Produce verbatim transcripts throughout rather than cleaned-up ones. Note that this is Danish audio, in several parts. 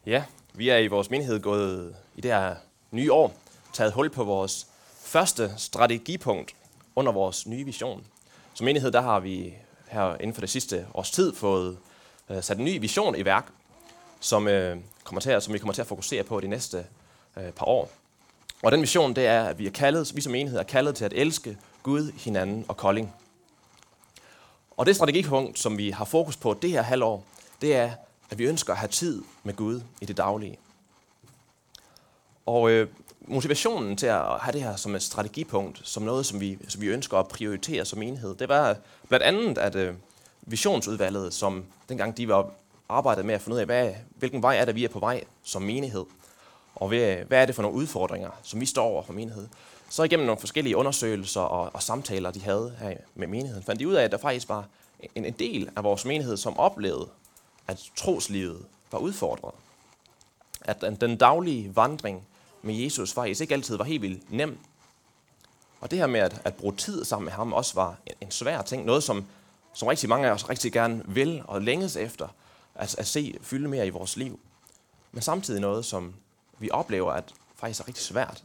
Ja, vi er i vores menighed gået i det her nye år, taget hul på vores første strategipunkt under vores nye vision. Som menighed, der har vi her inden for det sidste års tid fået øh, sat en ny vision i værk, som, øh, kommer til at, som vi kommer til at fokusere på de næste øh, par år. Og den vision, det er, at vi, er kaldet, vi som menighed er kaldet til at elske Gud, hinanden og Kolding. Og det strategipunkt, som vi har fokus på det her halvår, det er, at vi ønsker at have tid med Gud i det daglige. Og øh, motivationen til at have det her som et strategipunkt, som noget, som vi, som vi ønsker at prioritere som enhed, det var blandt andet, at øh, visionsudvalget, som dengang de var arbejdet med at finde ud af, hvad, hvilken vej er det, vi er på vej som menighed, og hvad, hvad er det for nogle udfordringer, som vi står over for menighed, så igennem nogle forskellige undersøgelser og, og samtaler, de havde her med menigheden, fandt de ud af, at der faktisk var en, en del af vores menighed, som oplevede, at troslivet var udfordret. At den, den daglige vandring med Jesus faktisk ikke altid var helt vildt nem. Og det her med at, at bruge tid sammen med ham også var en, en svær ting. Noget, som, som rigtig mange af os rigtig gerne vil og længes efter at, at se fylde mere i vores liv. Men samtidig noget, som vi oplever, at faktisk er rigtig svært.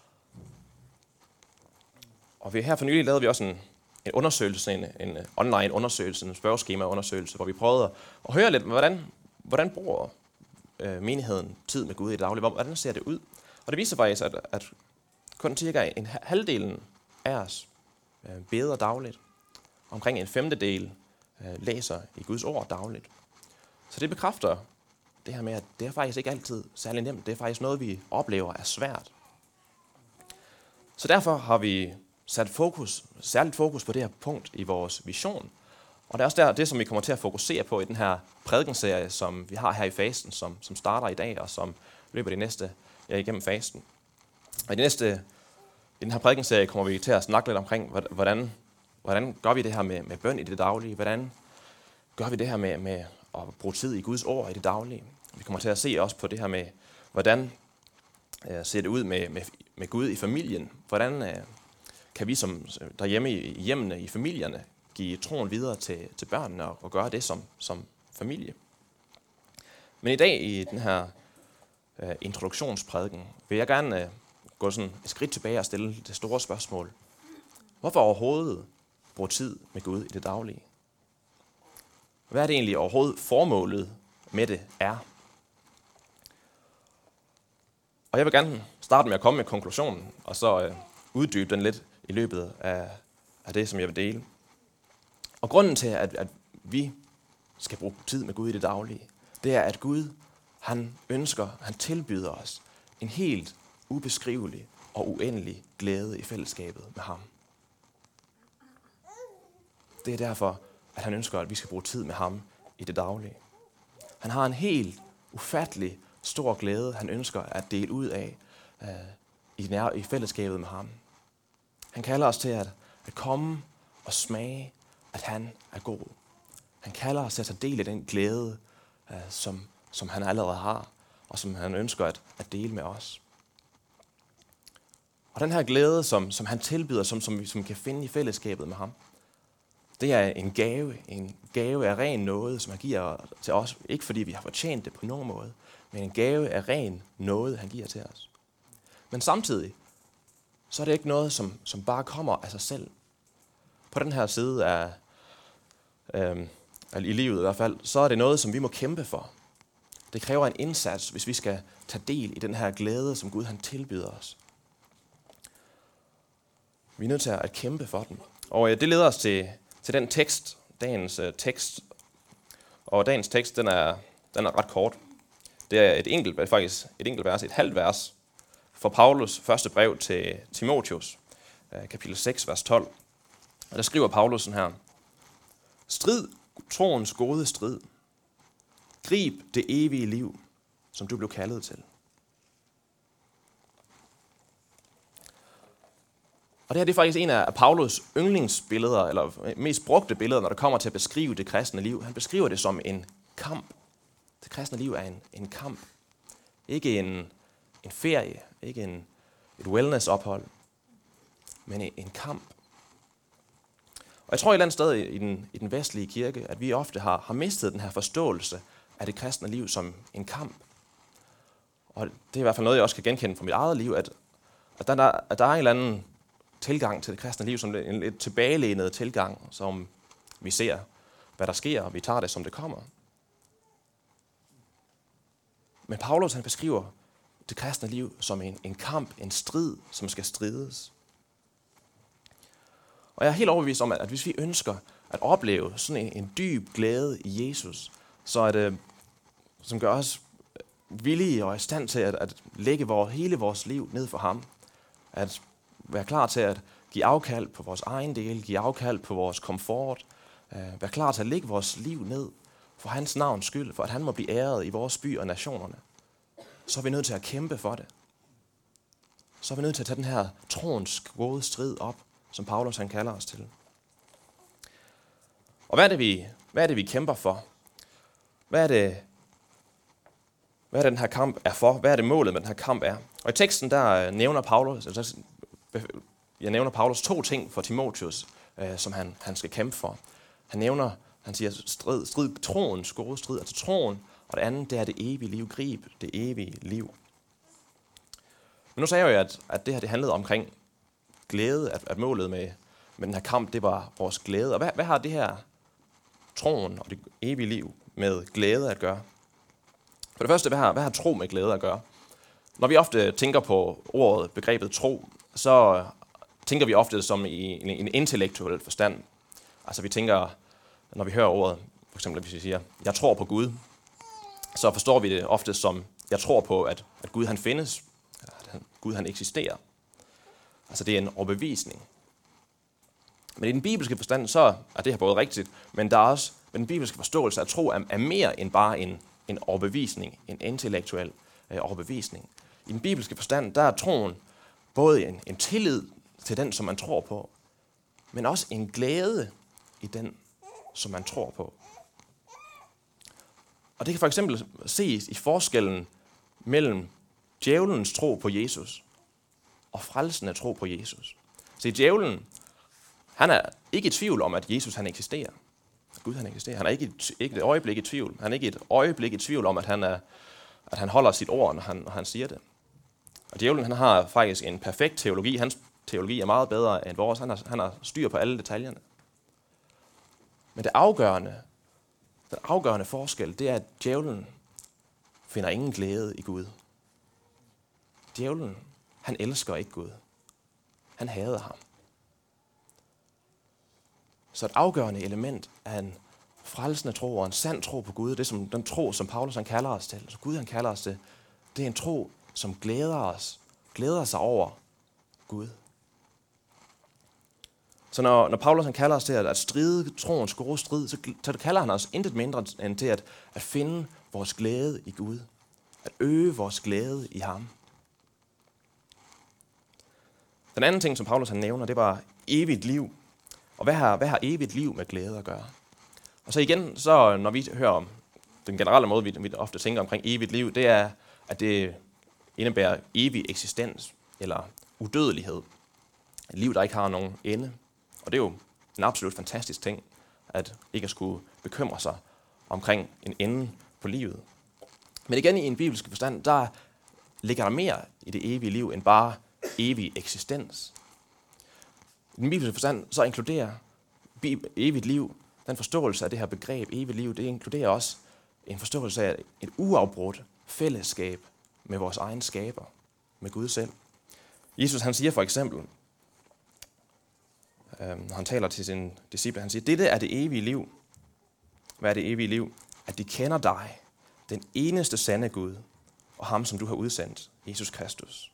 Og vi, her for nylig lavede vi også en, en undersøgelse, en, en online undersøgelse, en spørgeskema-undersøgelse, hvor vi prøvede at høre lidt, hvordan, hvordan bruger øh, menigheden tid med Gud i det daglige? Hvordan ser det ud? Og det viser faktisk, at, at kun cirka en halvdelen af os øh, beder dagligt. Omkring en femtedel øh, læser i Guds ord dagligt. Så det bekræfter det her med, at det er faktisk ikke altid særlig nemt. Det er faktisk noget, vi oplever er svært. Så derfor har vi sat fokus, særligt fokus på det her punkt i vores vision. Og det er også der, det, som vi kommer til at fokusere på i den her prædikenserie, som vi har her i fasten, som, som starter i dag, og som løber de næste, ja, igennem fasten. Og i, de næste, i den her prædikenserie kommer vi til at snakke lidt omkring, hvordan, hvordan gør vi det her med, med bøn i det daglige? Hvordan gør vi det her med, med at bruge tid i Guds ord i det daglige? Vi kommer til at se også på det her med, hvordan øh, ser det ud med, med, med Gud i familien? Hvordan øh, kan vi som derhjemme i hjemmene, i familierne, give troen videre til, til børnene og, og gøre det som, som familie? Men i dag i den her øh, introduktionsprædiken vil jeg gerne øh, gå sådan et skridt tilbage og stille det store spørgsmål. Hvorfor overhovedet bruge tid med Gud i det daglige? Hvad er det egentlig overhovedet formålet med det er? Og jeg vil gerne starte med at komme med konklusionen, og så øh, uddybe den lidt i løbet af, af det, som jeg vil dele. Og grunden til, at, at vi skal bruge tid med Gud i det daglige, det er, at Gud, han ønsker, han tilbyder os en helt ubeskrivelig og uendelig glæde i fællesskabet med ham. Det er derfor, at han ønsker, at vi skal bruge tid med ham i det daglige. Han har en helt ufattelig stor glæde, han ønsker at dele ud af uh, i, nær- i fællesskabet med ham. Han kalder os til at, at komme og smage, at han er god. Han kalder os til at tage del i den glæde, uh, som, som han allerede har, og som han ønsker at, at dele med os. Og den her glæde, som, som han tilbyder, som, som vi som kan finde i fællesskabet med ham, det er en gave, en gave af ren nåde, som han giver til os. Ikke fordi vi har fortjent det på nogen måde, men en gave af ren nåde, han giver til os. Men samtidig, så er det ikke noget, som, som bare kommer af sig selv. På den her side af, øh, i livet i hvert fald, så er det noget, som vi må kæmpe for. Det kræver en indsats, hvis vi skal tage del i den her glæde, som Gud han tilbyder os. Vi er nødt til at kæmpe for den. Og øh, det leder os til, til den tekst, dagens øh, tekst. Og dagens tekst, den er, den er ret kort. Det er et enkelt, faktisk et enkelt vers, et halvt vers fra Paulus første brev til Timotheus, kapitel seks, vers tolv. Og der skriver Paulus sådan her: Strid troens gode strid. Grib det evige liv, som du blev kaldet til. Og det her det er faktisk en af Paulus yndlingsbilleder, eller mest brugte billeder, når det kommer til at beskrive det kristne liv. Han beskriver det som en kamp. Det kristne liv er en, en kamp. Ikke en, en ferie, ikke en, et wellness-ophold, men en, en kamp. Og jeg tror et eller andet sted i den, i den vestlige kirke, at vi ofte har, har mistet den her forståelse af det kristne liv som en kamp. Og det er i hvert fald noget, jeg også kan genkende fra mit eget liv, at, at, der, at der er en eller anden tilgang til det kristne liv, som en lidt tilbagelænet tilgang, som vi ser, hvad der sker, og vi tager det, som det kommer. Men Paulus, han beskriver det kristne liv som en, en kamp, en strid, som skal strides. Og jeg er helt overbevist om, at, at hvis vi ønsker at opleve sådan en, en dyb glæde i Jesus, så er det, som gør os villige og i stand til at, at lægge vores, hele vores liv ned for ham. At være klar til at give afkald på vores egen del, give afkald på vores komfort, uh, være klar til at lægge vores liv ned for hans navns skyld, for at han må blive æret i vores by og nationerne. Så er vi nødt til at kæmpe for det. Så er vi nødt til at tage den her troens gode strid op, som Paulus han kalder os til. Og hvad er det, vi, hvad er det, vi kæmper for? Hvad er det, hvad er det, den her kamp er for? Hvad er det, målet med den her kamp er? Og i teksten, der nævner Paulus, altså, jeg nævner Paulus to ting for Timotheus, øh, som han, han skal kæmpe for. Han nævner, han siger, strid, strid, troens gode strid, altså troen, og det andet, det er det evige liv, grib det evige liv. Men nu sagde jeg jo, at, at det her det handlede omkring glæde, at, at målet med, med den her kamp, det var vores glæde. Og hvad, hvad har det her troen og det evige liv med glæde at gøre? For det første, hvad har, hvad har tro med glæde at gøre? Når vi ofte tænker på ordet, begrebet tro, så tænker vi ofte som i en, en intellektuel forstand. Altså vi tænker, når vi hører ordet, for eksempel hvis vi siger, jeg tror på Gud, så forstår vi det ofte som, jeg tror på, at, at Gud han findes, at Gud han eksisterer. Altså det er en overbevisning. Men i den bibelske forstand, så er det her både rigtigt, men der er også, med den bibelske forståelse, at tro er, er mere end bare en, en overbevisning, en intellektuel øh, overbevisning. I den bibelske forstand, der er troen både en, en tillid til den, som man tror på, men også en glæde i den, som man tror på. Og det kan for eksempel ses i forskellen mellem djævelens tro på Jesus og frelsende tro på Jesus. Så djævelen, han er ikke i tvivl om, at Jesus han eksisterer. Gud han eksisterer. Han er ikke, ikke et øjeblik i tvivl. Han er ikke et øjeblik i tvivl om, at han, er, at han holder sit ord, når han, når han siger det. Og djævelen han har faktisk en perfekt teologi. Hans teologi er meget bedre end vores. Han har, han har styr på alle detaljerne. Men det afgørende, den afgørende forskel, det er, at djævelen finder ingen glæde i Gud. Djævelen, han elsker ikke Gud. Han hader ham. Så et afgørende element af en frelsende tro og en sand tro på Gud, det er som den tro, som Paulus han kalder os til, så Gud han kalder os til, det er en tro, som glæder os, glæder sig over Gud. Så når, når Paulus han kalder os til at, at stride troens gode strid, så, så kalder han os intet mindre end til at, at finde vores glæde i Gud. At øge vores glæde i ham. Den anden ting, som Paulus han nævner, det var evigt liv. Og hvad har, hvad har evigt liv med glæde at gøre? Og så igen, så når vi hører om den generelle måde, vi, vi ofte tænker omkring evigt liv, det er, at det indebærer evig eksistens eller udødelighed. Et liv, der ikke har nogen ende. Og det er jo en absolut fantastisk ting, at ikke at skulle bekymre sig omkring en ende på livet. Men igen i en bibelsk forstand, der ligger der mere i det evige liv end bare evig eksistens. I den bibelske forstand så inkluderer evigt liv, den forståelse af det her begreb evigt liv, det inkluderer også en forståelse af et uafbrudt fællesskab med vores egen skaber, med Gud selv. Jesus han siger for eksempel, når han taler til sine disciple, han siger, dette er det evige liv. Hvad er det evige liv? At de kender dig, den eneste sande Gud, og ham, som du har udsendt, Jesus Kristus.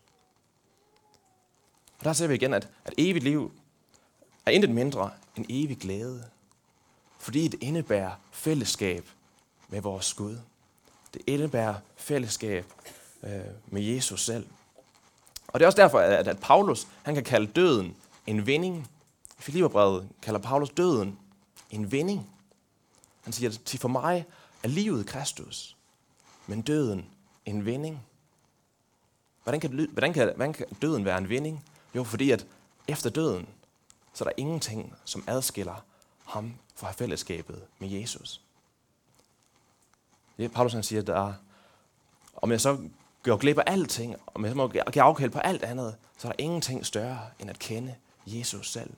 Og der ser vi igen, at, at evigt liv er intet mindre end evig glæde, fordi det indebærer fællesskab med vores Gud. Det indebærer fællesskab øh, med Jesus selv. Og det er også derfor, at, at Paulus han kan kalde døden en vinding. I Filipperbrevet kalder Paulus døden en vinding. Han siger, at for mig er livet Kristus, men døden en vinding. Hvordan kan, hvordan, kan, hvordan kan døden være en vinding? Jo, fordi at efter døden, så er der ingenting, som adskiller ham fra fællesskabet med Jesus. Det Paulus han siger, der er, om jeg så går glip af alting, og man må give afkald på alt andet, så er der ingenting større end at kende Jesus selv.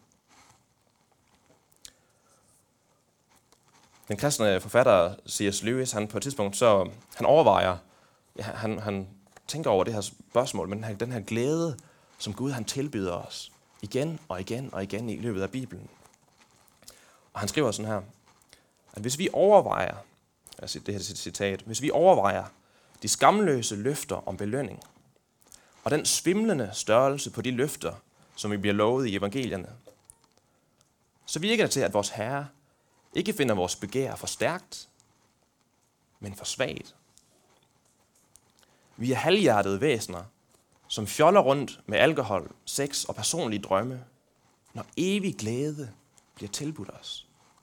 Den kristne forfatter C S Lewis, han på et tidspunkt, så han overvejer, ja, han, han tænker over det her spørgsmål, men den her, den her glæde, som Gud han tilbyder os igen og igen og igen i løbet af Bibelen. Og han skriver sådan her, at hvis vi overvejer, altså det her citat, hvis vi overvejer de skamløse løfter om belønning, og den svimlende størrelse på de løfter, som vi bliver lovet i evangelierne, så virker det til, at vores Herre ikke finder vores begær for stærkt, men for svagt. Vi er halvhjertede væsener, som fjoller rundt med alkohol, sex og personlige drømme, når evig glæde bliver tilbudt os.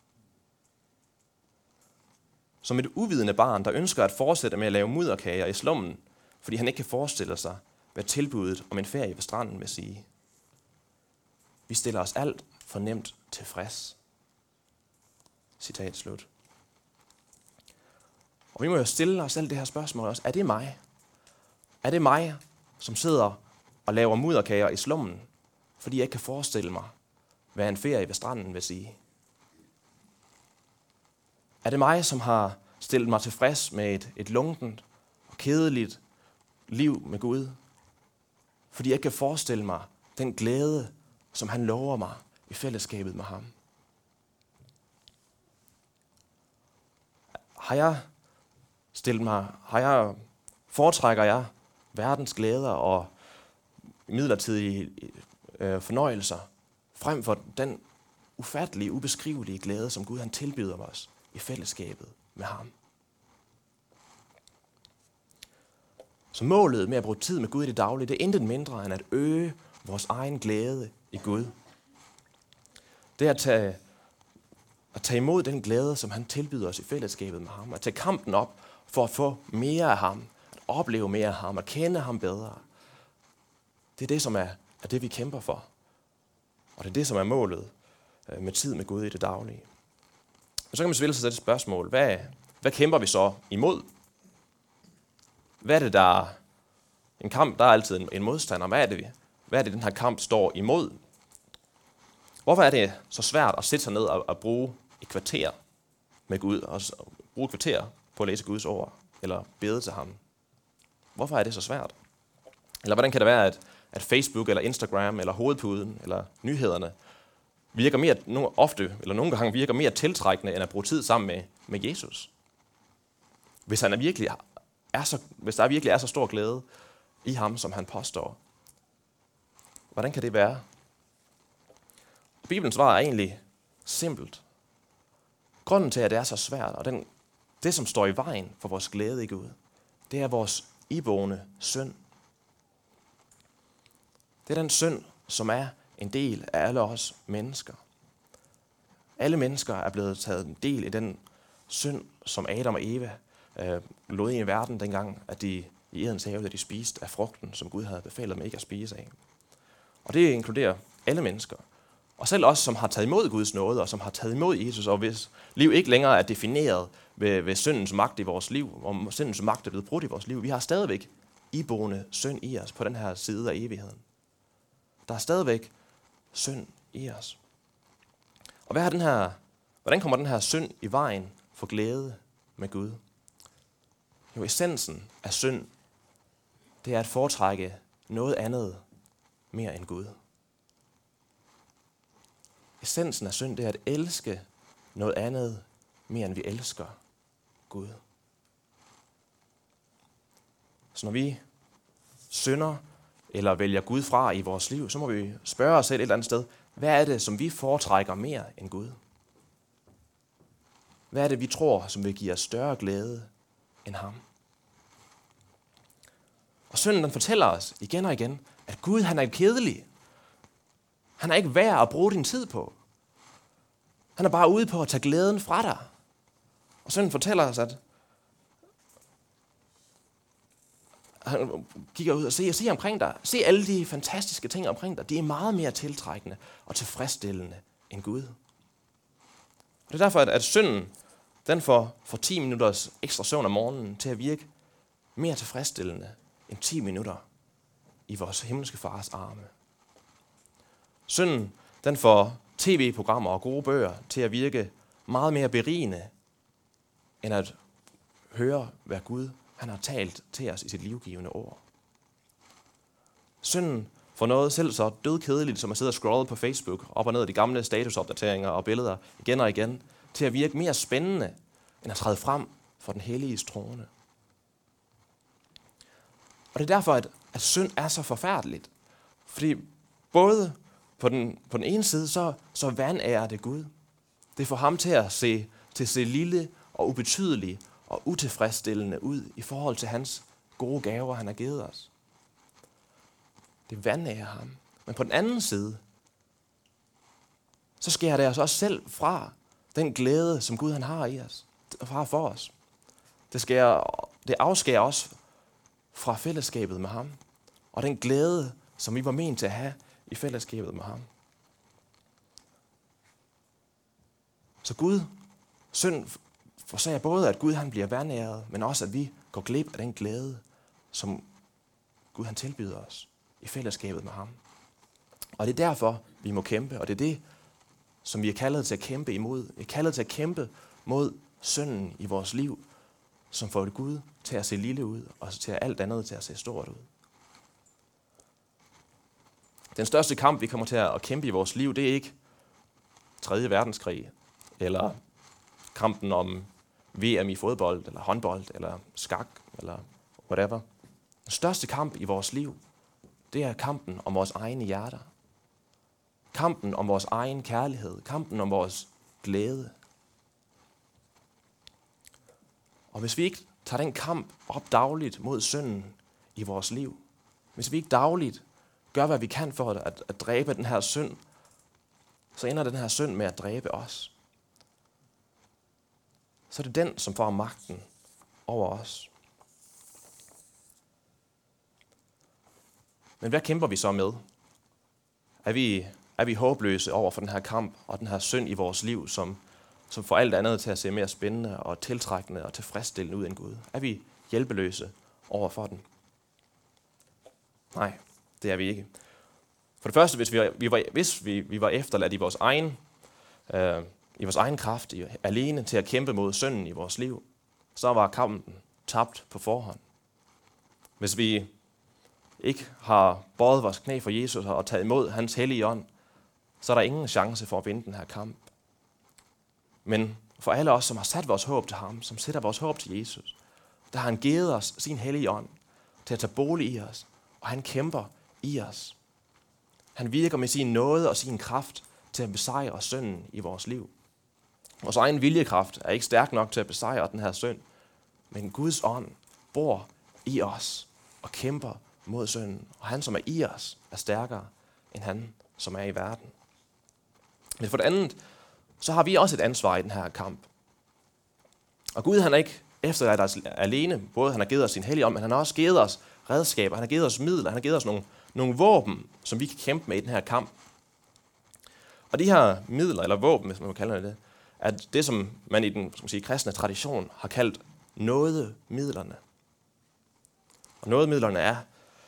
Som et uvidende barn, der ønsker at fortsætte med at lave mudderkager i slummen, fordi han ikke kan forestille sig, hvad tilbuddet om en ferie ved stranden vil sige. Vi stiller os alt for nemt tilfreds. Citat slut. Og vi må jo stille os selv det her spørgsmål også. Er det mig? Er det mig, som sidder og laver mudderkager i slummen, fordi jeg ikke kan forestille mig, hvad en ferie ved stranden vil sige? Er det mig, som har stillet mig tilfreds med et, et lunkent og kedeligt liv med Gud, fordi jeg ikke kan forestille mig den glæde, som han lover mig i fællesskabet med ham? Har jeg stillet mig, har jeg, foretrækker jeg verdens glæder og midlertidige øh, fornøjelser, frem for den ufattelige, ubeskrivelige glæde, som Gud han tilbyder os i fællesskabet med ham? Så målet med at bruge tid med Gud i det daglige, det er intet mindre end at øge vores egen glæde i Gud. Det er at tage, at tage imod den glæde, som han tilbyder os i fællesskabet med ham. At tage kampen op for at få mere af ham. At opleve mere af ham. At kende ham bedre. Det er det, som er, er det, vi kæmper for. Og det er det, som er målet med tid med Gud i det daglige. Og så kan man selvfølgelig sætte et spørgsmål. Hvad, hvad kæmper vi så imod? Hvad er det, der er en kamp? Der er altid en, en modstander. Hvad er det, hvad er det, den her kamp står imod? Hvorfor er det så svært at sætte sig ned og, og bruge et kvarter med Gud, og bruge et kvarter på at læse Guds ord, eller bede til ham? Hvorfor er det så svært? Eller hvordan kan det være, at, at Facebook, eller Instagram, eller hovedpuden, eller nyhederne, virker mere, no, ofte, eller nogle gange virker mere tiltrækkende, end at bruge tid sammen med, med Jesus? Hvis, han er virkelig, er så, hvis der virkelig er så stor glæde i ham, som han påstår, hvordan kan det være? Bibelens svar er egentlig simpelt. Grunden til, at det er så svært, og den, det, som står i vejen for vores glæde i Gud, det er vores iboende synd. Det er den synd, som er en del af alle os mennesker. Alle mennesker er blevet taget en del i den synd, som Adam og Eva øh, lod i verden dengang, at de i Edens have, da de spiste af frugten, som Gud havde befalet dem ikke at spise af. Og det inkluderer alle mennesker. Og selv os, som har taget imod Guds nåde, og som har taget imod Jesus, og hvis liv ikke længere er defineret ved, ved syndens magt i vores liv, og syndens magt er blevet brudt i vores liv, vi har stadigvæk iboende synd i os på den her side af evigheden. Der er stadigvæk synd i os. Og hvad er den her, hvordan kommer den her synd i vejen for glæde med Gud? Jo, essensen af synd, det er at foretrække noget andet mere end Gud. Essensen af synd, det er at elske noget andet mere end vi elsker Gud. Så når vi synder eller vælger Gud fra i vores liv, så må vi spørge os selv et eller andet sted, hvad er det, som vi foretrækker mere end Gud? Hvad er det, vi tror, som vil give os større glæde end ham? Og synden, den fortæller os igen og igen, at Gud, han er kedelig. Han er ikke værd at bruge din tid på. Han er bare ude på at tage glæden fra dig. Og synden fortæller os, at han kigger ud og ser, se omkring dig. Se alle de fantastiske ting omkring dig. De er meget mere tiltrækkende og tilfredsstillende end Gud. Og det er derfor, at, at synden, den får, får ti minutters ekstra søvn om morgenen til at virke mere tilfredsstillende end ti minutter i vores himmelske fars arme. Synden, den får tv-programmer og gode bøger til at virke meget mere berigende, end at høre, hvad Gud han har talt til os i sit livgivende ord. Synden får noget selv så dødkedeligt, som at sidde og scrolle på Facebook, op og ned af de gamle statusopdateringer og billeder igen og igen, til at virke mere spændende, end at træde frem for den hellige trone. Og det er derfor, at, at synd er så forfærdeligt. Fordi både på den, på den ene side, så, så vanærer det Gud. Det får ham til at se, til at se lille og ubetydelig og utilfredsstillende ud i forhold til hans gode gaver, han har givet os. Det vanærer ham. Men på den anden side, så skærer det os også selv fra den glæde, som Gud han har i os, fra for os. Det, skærer, det afskærer os fra fællesskabet med ham, og den glæde, som vi var ment til at have i fællesskabet med ham. Så Gud, synd forsager både, at Gud han bliver vanæret, men også, at vi går glip af den glæde, som Gud han tilbyder os i fællesskabet med ham. Og det er derfor, vi må kæmpe, og det er det, som vi er kaldet til at kæmpe imod. Vi er kaldet til at kæmpe mod synden i vores liv, som får Gud til at se lille ud, og til alt andet til at se stort ud. Den største kamp, vi kommer til at kæmpe i vores liv, det er ikke tredje verdenskrig, eller kampen om V M i fodbold, eller håndbold, eller skak, eller whatever. Den største kamp i vores liv, det er kampen om vores egne hjerter. Kampen om vores egen kærlighed. Kampen om vores glæde. Og hvis vi ikke tager den kamp op dagligt mod synden i vores liv, hvis vi ikke dagligt gør, hvad vi kan for at, at dræbe den her synd, så ender den her synd med at dræbe os. Så er det den, som får magten over os. Men hvad kæmper vi så med? Er vi, er vi håbløse over for den her kamp og den her synd i vores liv, som, som får alt andet til at se mere spændende og tiltrækkende og tilfredsstillende ud end Gud? Er vi hjælpeløse over for den? Nej, det er vi ikke. For det første, hvis vi var, vi var, hvis vi, vi var efterladt i vores egen, øh, i vores egen kraft, i, alene til at kæmpe mod synden i vores liv, så var kampen tabt på forhånd. Hvis vi ikke har båret vores knæ for Jesus og taget imod hans hellige ånd, så er der ingen chance for at vinde den her kamp. Men for alle os, som har sat vores håb til ham, som sætter vores håb til Jesus, der har han givet os sin hellige ånd til at tage bolig i os, og han kæmper i os. Han virker med sin nåde og sin kraft til at besejre synden i vores liv. Vores egen viljekraft er ikke stærk nok til at besejre den her synd, men Guds ånd bor i os og kæmper mod synden. Og han, som er i os, er stærkere end han, som er i verden. Men for det andet, så har vi også et ansvar i den her kamp. Og Gud, han er ikke efterladt os alene. Både han har givet os sin hellige ånd, men han har også givet os redskaber, han har givet os midler, han har givet os nogle, nogle våben, som vi kan kæmpe med i den her kamp. Og de her midler, eller våben, hvis man kan kalde det, er det, som man i den skal man sige, kristne tradition har kaldt nådemidlerne. Og nådemidlerne er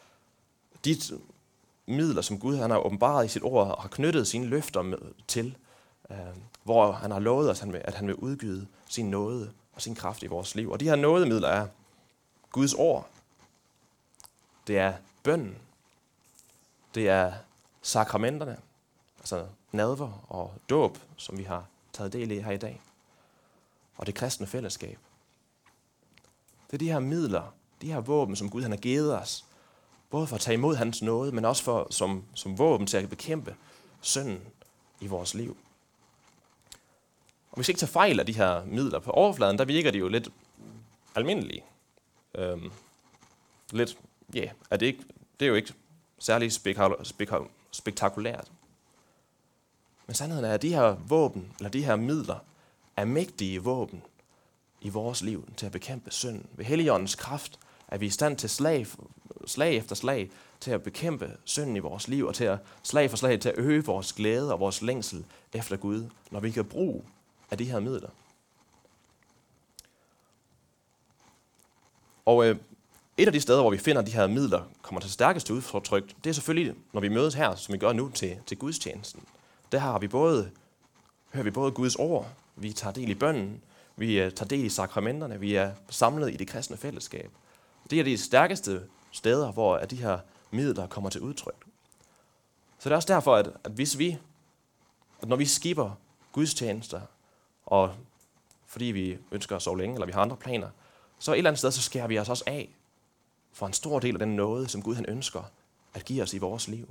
de midler, som Gud han har åbenbaret i sit ord og har knyttet sine løfter med, til, øh, hvor han har lovet os, at han vil udgyde sin nåde og sin kraft i vores liv. Og de her nådemidler er Guds ord, det er bønnen, det er sakramenterne, altså nadver og dåb, som vi har taget del i her i dag, og det kristne fællesskab. Det er de her midler, de her våben, som Gud han har givet os, både for at tage imod hans nåde, men også for, som, som våben til at bekæmpe synden i vores liv. Og hvis ikke tager fejl af de her midler på overfladen, der virker de jo lidt almindelige. Øhm, lidt, ja, yeah, er det, ikke, det er jo ikke særlig spekul- spekul- spektakulært. Men sandheden er, at de her våben, eller de her midler, er mægtige våben i vores liv til at bekæmpe synden. Ved Helligåndens kraft er vi i stand til slag, slag efter slag til at bekæmpe synden i vores liv, og til at slag for slag til at øge vores glæde og vores længsel efter Gud, når vi kan bruge af de her midler. Og øh, et af de steder, hvor vi finder de her midler, kommer til stærkeste udtryk, det er selvfølgelig, når vi mødes her, som vi gør nu til, til gudstjenesten. Der har vi både, hører vi både Guds ord, vi tager del i bønnen, vi uh, tager del i sakramenterne, vi er samlet i det kristne fællesskab. Det er de stærkeste steder, hvor de her midler kommer til udtryk. Så det er også derfor, at, at hvis vi, at når vi skipper gudstjenester, og fordi vi ønsker at sove længe, eller vi har andre planer, så et eller andet sted, så skærer vi os også af for en stor del af den nåde, som Gud han ønsker at give os i vores liv.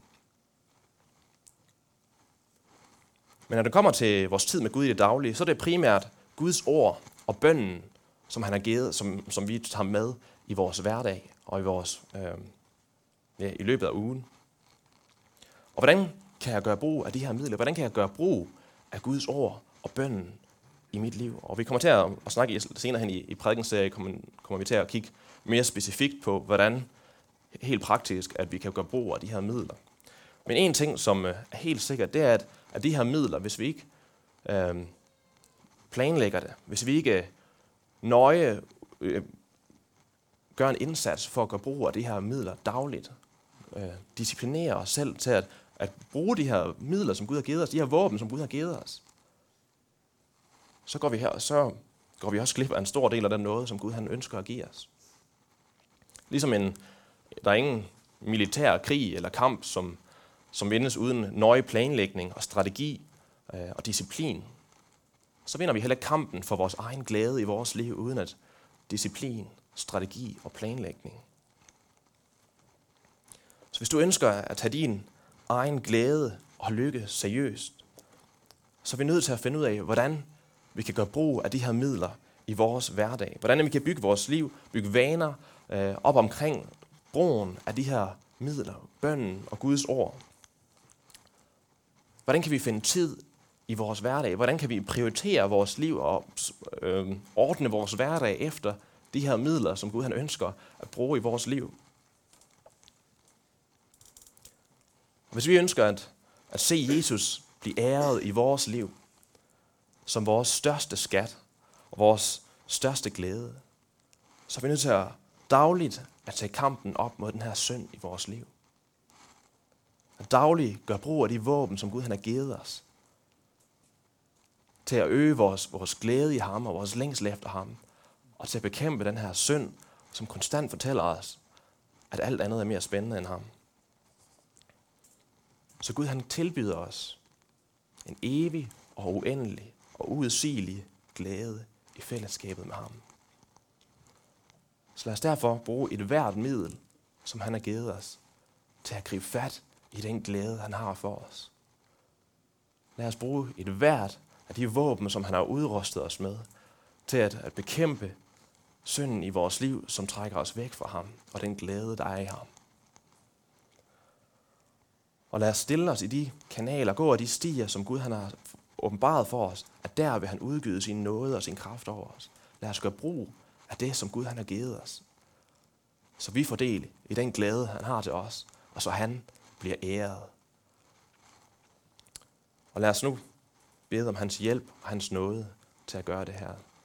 Men når det kommer til vores tid med Gud i det daglige, så er det primært Guds ord og bønnen, som han har givet, som, som vi tager med i vores hverdag og i, vores, øh, ja, i løbet af ugen. Og hvordan kan jeg gøre brug af de her midler? Hvordan kan jeg gøre brug af Guds ord og bønnen i mit liv? Og vi kommer til at, at snakke senere hen i, i prædikenserien, kommer, kommer vi til at kigge mere specifikt på, hvordan helt praktisk, at vi kan gøre brug af de her midler. Men en ting, som er helt sikkert, det er, at, at de her midler, hvis vi ikke øh, planlægger det, hvis vi ikke nøje øh, gør en indsats for at gøre brug af de her midler dagligt, øh, disciplinere os selv til at, at bruge de her midler, som Gud har givet os, de her våben, som Gud har givet os, så går vi her, så går vi også glip af en stor del af den nåde, som Gud han ønsker at give os. Ligesom en, der er ingen militær krig eller kamp, som, som vindes uden nøje planlægning og strategi øh, og disciplin, så vinder vi heller ikke kampen for vores egen glæde i vores liv, uden at disciplin, strategi og planlægning. Så hvis du ønsker at tage din egen glæde og lykke seriøst, så er vi nødt til at finde ud af, hvordan vi kan gøre brug af de her midler i vores hverdag. Hvordan vi kan bygge vores liv, bygge vaner øh, op omkring brugen af de her midler, bønnen og Guds ord. Hvordan kan vi finde tid i vores hverdag? Hvordan kan vi prioritere vores liv og øh, ordne vores hverdag efter de her midler, som Gud han ønsker at bruge i vores liv? Hvis vi ønsker at, at se Jesus blive æret i vores liv, som vores største skat og vores største glæde, så er vi nødt til at dagligt at tage kampen op mod den her synd i vores liv. At dagligt gøre brug af de våben, som Gud han har givet os, til at øge vores, vores glæde i ham og vores længsel efter ham, og til at bekæmpe den her synd, som konstant fortæller os, at alt andet er mere spændende end ham. Så Gud han tilbyder os en evig og uendelig og uudsigelig glæde i fællesskabet med ham. Så lad os derfor bruge et hvert middel, som han har givet os, til at gribe fat i den glæde, han har for os. Lad os bruge et hvert af de våben, som han har udrustet os med, til at, at bekæmpe synden i vores liv, som trækker os væk fra ham, og den glæde, der er i ham. Og lad os stille os i de kanaler, gå af de stier, som Gud han har åbenbaret for os, at der vil han udgyde sin nåde og sin kraft over os. Lad os gøre brug af det, som Gud han har givet os, så vi får del i den glæde, han har til os, og så han bliver æret. Og lad os nu bede om hans hjælp og hans nåde til at gøre det her.